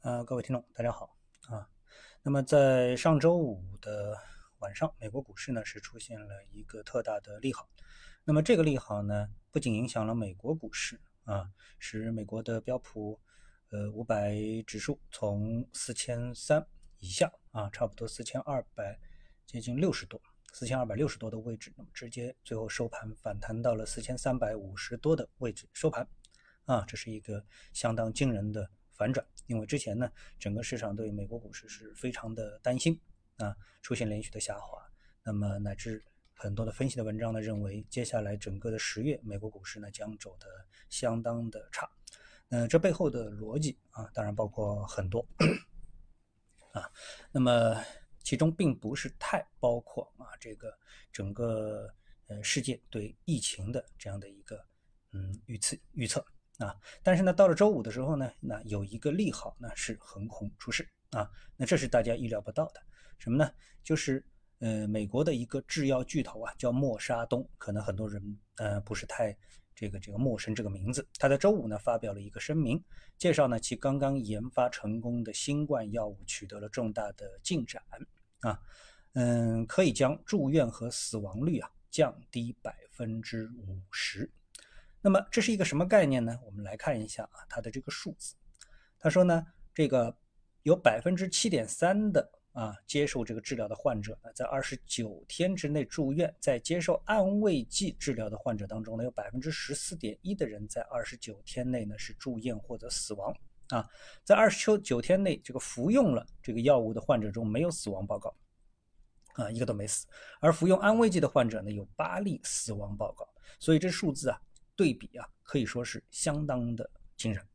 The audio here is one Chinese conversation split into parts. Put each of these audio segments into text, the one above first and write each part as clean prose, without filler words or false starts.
各位听众，大家好啊。那么在上周五的晚上，美国股市呢是出现了一个特大的利好。那么这个利好呢，不仅影响了美国股市啊，使美国的标普500指数从4300以下啊，差不多4200接近60多。4260多的位置，那么直接最后收盘反弹到了4350多的位置收盘，这是一个相当惊人的反转。因为之前呢，整个市场对美国股市是非常的担心出现连续的下滑，那么乃至很多的分析的文章呢认为，接下来整个的10月美国股市呢将走得相当的差。这背后的逻辑当然包括很多那么其中并不是太包括这个整个世界对疫情的这样的一个预测但是呢，到了周五的时候呢，那有一个利好呢是横空出世那这是大家意料不到的。什么呢？就是美国的一个制药巨头叫默沙东，可能很多人不是太这个陌生这个名字。他在周五呢发表了一个声明，介绍呢其刚刚研发成功的新冠药物取得了重大的进展可以将住院和死亡率降低50%。那么这是一个什么概念呢？我们来看一下它的这个数字。他说呢，这个有7.3%的接受这个治疗的患者呢，在29天之内住院，在接受安慰剂治疗的患者当中呢，有14.1%的人在29天内呢是住院或者死亡在29天内这个服用了这个药物的患者中没有死亡报告一个都没死，而服用安慰剂的患者呢有8例死亡报告，所以这数字对比可以说是相当的惊人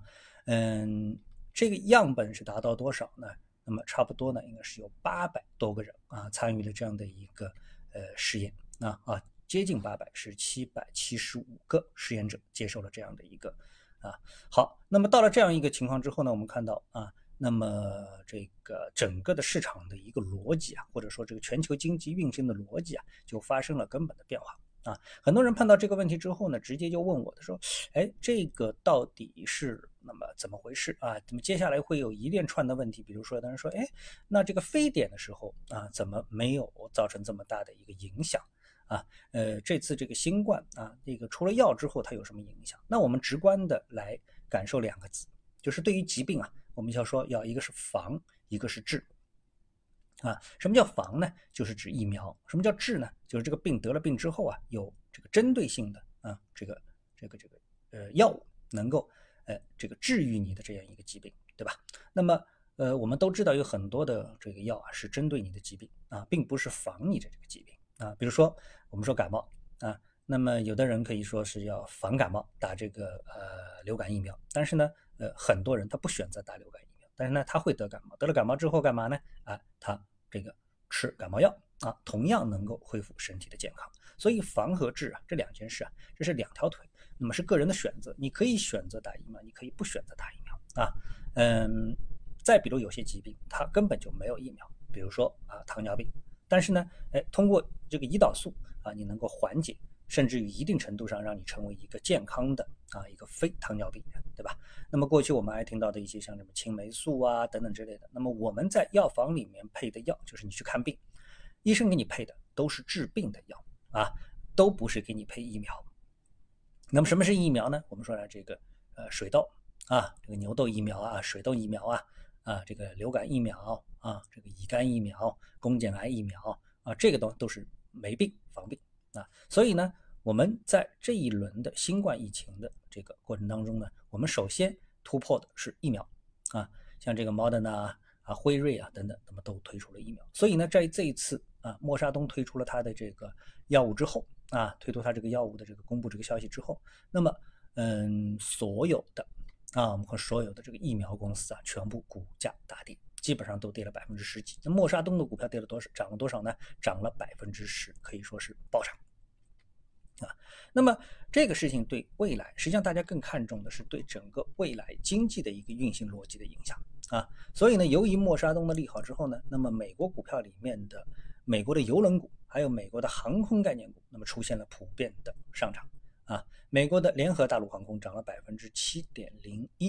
这个样本是达到多少呢？那么差不多呢，应该是有800多个人参与了这样的一个实验接近800，是775个实验者接受了这样的一个好，那么到了这样一个情况之后呢，我们看到那么这个整个的市场的一个逻辑或者说这个全球经济运行的逻辑就发生了根本的变化很多人碰到这个问题之后呢，直接就问我，他说这个到底是那么怎么回事那么接下来会有一连串的问题，比如说当然说那这个非典的时候怎么没有造成这么大的一个影响这次这个新冠这个除了药之后它有什么影响？那我们直观的来感受2个字，就是对于疾病我们要说一个是防，一个是治什么叫防呢？就是指疫苗。什么叫治呢？就是这个病得了病之后有这个针对性的这个药物能够这个治愈你的这样一个疾病，对吧？那么我们都知道有很多的这个药是针对你的疾病并不是防你的这个疾病比如说我们说感冒那么有的人可以说是要防感冒，打这个流感疫苗，但是呢很多人他不选择打流感疫苗，但是呢他会得感冒，得了感冒之后干嘛呢他这个吃感冒药同样能够恢复身体的健康。所以防和治这2件事这是2条腿，那么是个人的选择，你可以选择打疫苗，你可以不选择打疫苗再比如有些疾病它根本就没有疫苗，比如说糖尿病，但是呢通过这个胰岛素你能够缓解，甚至于一定程度上让你成为一个健康的一个非糖尿病人，对吧？那么过去我们还听到的一些像什么青霉素等等之类的，那么我们在药房里面配的药，就是你去看病，医生给你配的都是治病的药都不是给你配疫苗。那么什么是疫苗呢？我们说这个水痘这个牛痘疫苗水痘疫苗这个流感疫苗这个乙肝疫苗、宫颈癌疫苗这个都是没病防病所以呢，我们在这一轮的新冠疫情的这个过程当中呢，我们首先突破的是疫苗像这个 Moderna辉瑞等等，那么都推出了疫苗。所以呢，在这一次默沙东推出了它的这个药物之后推出它这个药物的这个公布这个消息之后，那么所有的我们和所有的这个疫苗公司全部股价大跌，基本上都跌了10%几。那默沙东的股票跌了多少？涨了多少呢？涨了10%，可以说是暴涨那么这个事情对未来，实际上大家更看重的是对整个未来经济的一个运行逻辑的影响所以呢，由于默沙东的利好之后呢，那么美国股票里面的美国的邮轮股，还有美国的航空概念股，那么出现了普遍的上涨美国的联合大陆航空涨了7.01%，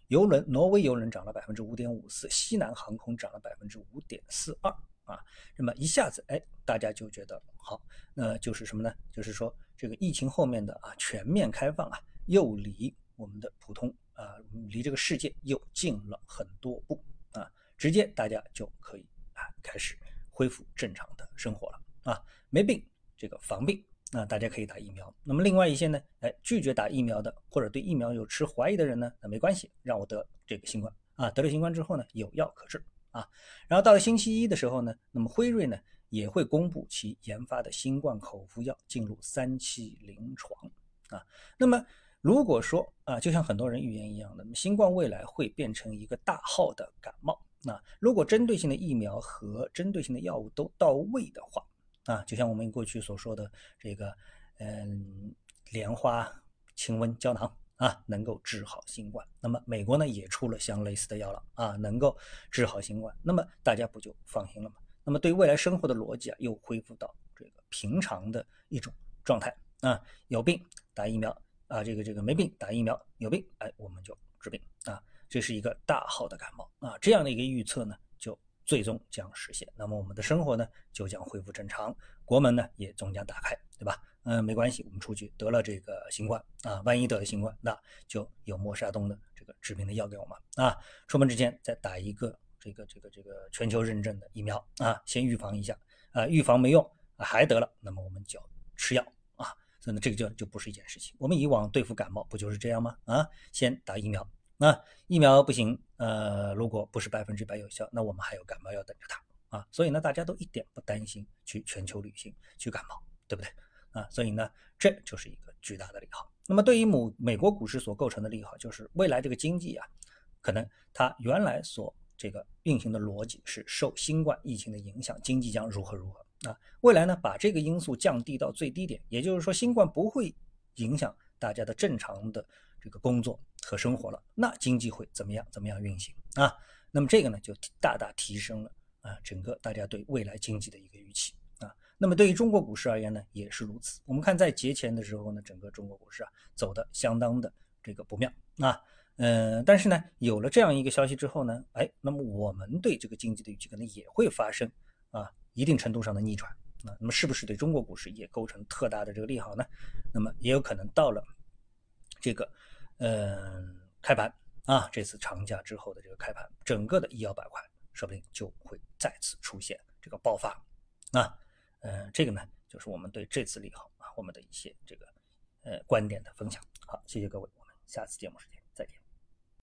挪威邮轮涨了 5.54%，西南航空涨了 5.42%啊。那么一下子大家就觉得好，那就是什么呢？就是说这个疫情后面的全面开放又离我们的普通离这个世界又近了很多步啊，直接大家就可以开始恢复正常的生活了啊。没病这个防病，那大家可以打疫苗。那么另外一些呢，拒绝打疫苗的或者对疫苗有持怀疑的人呢，那没关系，让我得这个新冠啊，得了新冠之后呢，有药可治啊。然后到了星期一的时候呢，那么辉瑞呢也会公布其研发的新冠口服药进入3期临床啊。那么如果说就像很多人预言一样，那么新冠未来会变成一个大号的感冒。那如果针对性的疫苗和针对性的药物都到位的话，就像我们过去所说的这个莲花清瘟胶囊能够治好新冠。那么美国呢也出了相类似的药了能够治好新冠。那么大家不就放心了吗？那么对未来生活的逻辑又恢复到这个平常的一种状态有病打疫苗这个没病打疫苗，有病我们就治病这是一个大号的感冒这样的一个预测呢就最终将实现。那么我们的生活呢就将恢复正常，国门呢也终将打开，对吧？没关系，我们出去得了这个新冠万一得了新冠，那就有默沙东的这个治病的药给我们出门之前再打一个这个全球认证的疫苗先预防一下预防没用还得了，那么我们就要吃药所以呢这个就不是一件事情。我们以往对付感冒不就是这样吗先打疫苗疫苗不行如果不是100%有效，那我们还有感冒药等着它所以呢大家都一点不担心去全球旅行去感冒，对不对所以呢这就是一个巨大的利好。那么对于美国股市所构成的利好，就是未来这个经济可能它原来所这个运行的逻辑是受新冠疫情的影响，经济将如何未来呢把这个因素降低到最低点，也就是说新冠不会影响大家的正常的这个工作和生活了，那经济会怎么样运行那么这个呢就大大提升了整个大家对未来经济的一个预期那么对于中国股市而言呢也是如此。我们看在节前的时候呢，整个中国股市走得相当的这个不妙但是呢有了这样一个消息之后呢那么我们对这个经济的预期可能也会发生一定程度上的逆转那么是不是对中国股市也构成特大的这个利好呢？那么也有可能到了这个开盘这次长假之后的这个开盘，整个的医药板块说不定就会再次出现这个爆发这个呢就是我们对这次利好我们的一些这个观点的分享。好，谢谢各位，我们下次节目时间